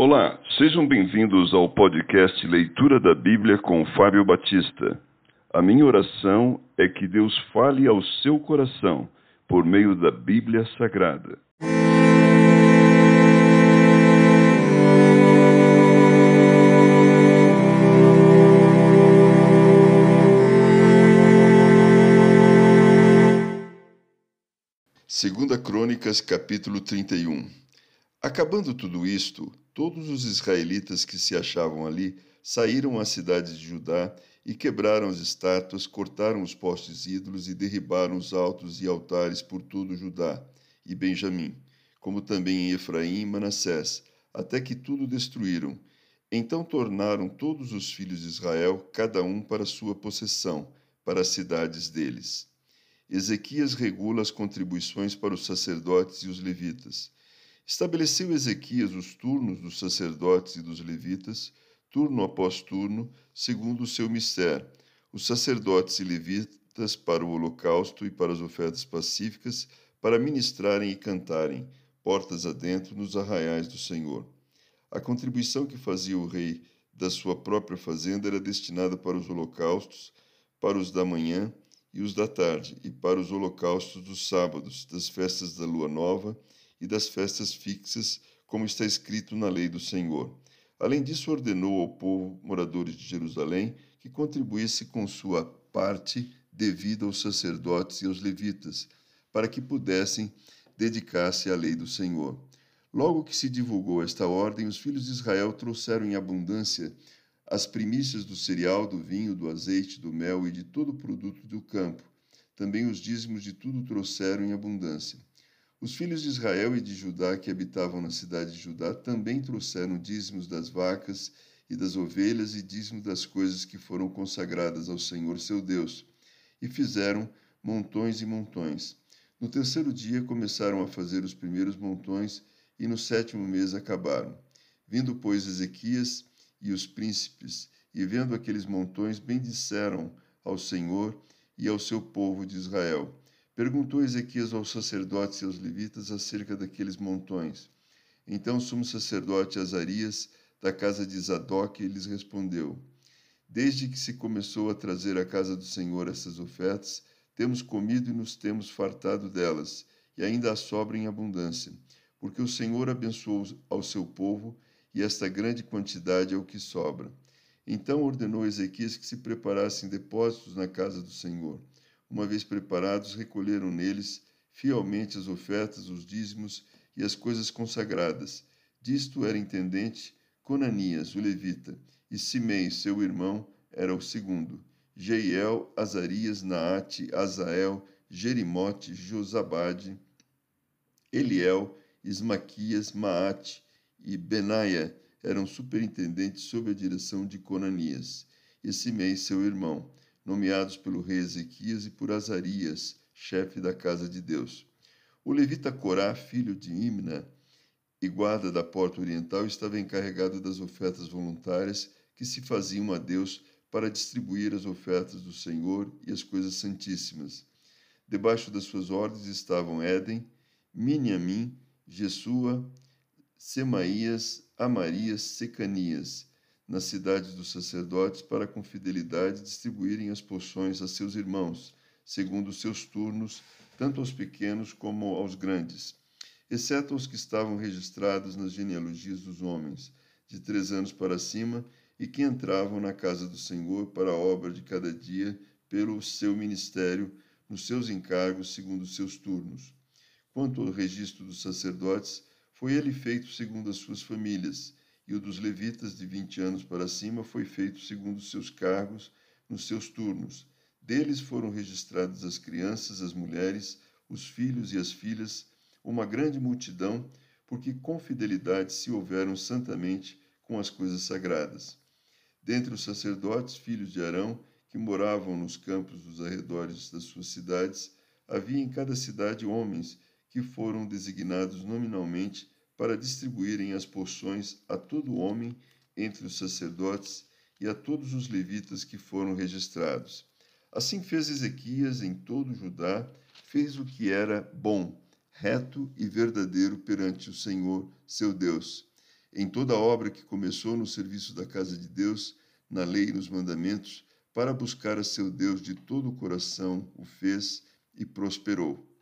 Olá, sejam bem-vindos ao podcast Leitura da Bíblia com Fábio Batista. A minha oração é que Deus fale ao seu coração por meio da Bíblia Sagrada. Segunda Crônicas, capítulo 31. Acabando tudo isto, todos os israelitas que se achavam ali saíram à cidade de Judá e quebraram as estátuas, cortaram os postes ídolos e derribaram os altos e altares por todo Judá e Benjamim, como também em Efraim e Manassés, até que tudo destruíram. Então tornaram todos os filhos de Israel, cada um para sua possessão, para as cidades deles. Ezequias regula as contribuições para os sacerdotes e os levitas. Estabeleceu Ezequias os turnos dos sacerdotes e dos levitas, turno após turno, segundo o seu mistério, os sacerdotes e levitas para o holocausto e para as ofertas pacíficas, para ministrarem e cantarem, portas adentro nos arraiais do Senhor. A contribuição que fazia o rei da sua própria fazenda era destinada para os holocaustos, para os da manhã e os da tarde, e para os holocaustos dos sábados, das festas da lua nova e das festas fixas, como está escrito na lei do Senhor. Além disso, ordenou ao povo, moradores de Jerusalém, que contribuísse com sua parte devida aos sacerdotes e aos levitas, para que pudessem dedicar-se à lei do Senhor. Logo que se divulgou esta ordem, os filhos de Israel trouxeram em abundância as primícias do cereal, do vinho, do azeite, do mel e de todo o produto do campo. Também os dízimos de tudo trouxeram em abundância. Os filhos de Israel e de Judá que habitavam na cidade de Judá também trouxeram dízimos das vacas e das ovelhas e dízimos das coisas que foram consagradas ao Senhor seu Deus, e fizeram montões e montões. No terceiro dia começaram a fazer os primeiros montões, e no sétimo mês acabaram. Vindo, pois, Ezequias e os príncipes, e vendo aqueles montões, bendisseram ao Senhor e ao seu povo de Israel. Perguntou Ezequias aos sacerdotes e aos levitas acerca daqueles montões. Então o sumo sacerdote Azarias, da casa de Zadok, lhes respondeu: Desde que se começou a trazer à casa do Senhor essas ofertas, temos comido e nos temos fartado delas, e ainda há sobra em abundância, porque o Senhor abençoou ao seu povo, e esta grande quantidade é o que sobra. Então ordenou Ezequias que se preparassem depósitos na casa do Senhor. Uma vez preparados, recolheram neles fielmente as ofertas, os dízimos e as coisas consagradas. Disto era intendente Conanias, o levita, e Simei, seu irmão, era o segundo. Jeiel, Azarias, Naate, Azael, Jerimote, Josabade, Eliel, Ismaquias, Maate e Benaia eram superintendentes sob a direção de Conanias, e Simei, seu irmão, nomeados pelo rei Ezequias e por Azarias, chefe da casa de Deus. O levita Corá, filho de Imna, e guarda da porta oriental, estava encarregado das ofertas voluntárias que se faziam a Deus para distribuir as ofertas do Senhor e as coisas santíssimas. Debaixo das suas ordens estavam Éden, Miniamim, Jesua, Semaías, Amarias, Secanias, nas cidades dos sacerdotes, para com fidelidade distribuírem as porções a seus irmãos, segundo os seus turnos, tanto aos pequenos como aos grandes, exceto aos que estavam registrados nas genealogias dos homens, de 3 anos para cima, e que entravam na casa do Senhor para a obra de cada dia, pelo seu ministério, nos seus encargos, segundo os seus turnos. Quanto ao registro dos sacerdotes, foi ele feito segundo as suas famílias, e o dos levitas de 20 anos para cima foi feito segundo os seus cargos, nos seus turnos. Deles foram registradas as crianças, as mulheres, os filhos e as filhas, uma grande multidão, porque com fidelidade se houveram santamente com as coisas sagradas. Dentre os sacerdotes, filhos de Arão, que moravam nos campos dos arredores das suas cidades, havia em cada cidade homens que foram designados nominalmente para distribuírem as porções a todo homem entre os sacerdotes e a todos os levitas que foram registrados. Assim fez Ezequias em todo Judá, fez o que era bom, reto e verdadeiro perante o Senhor, seu Deus. em toda a obra que começou no serviço da casa de Deus, na lei e nos mandamentos, para buscar a seu Deus de todo o coração, o fez e prosperou.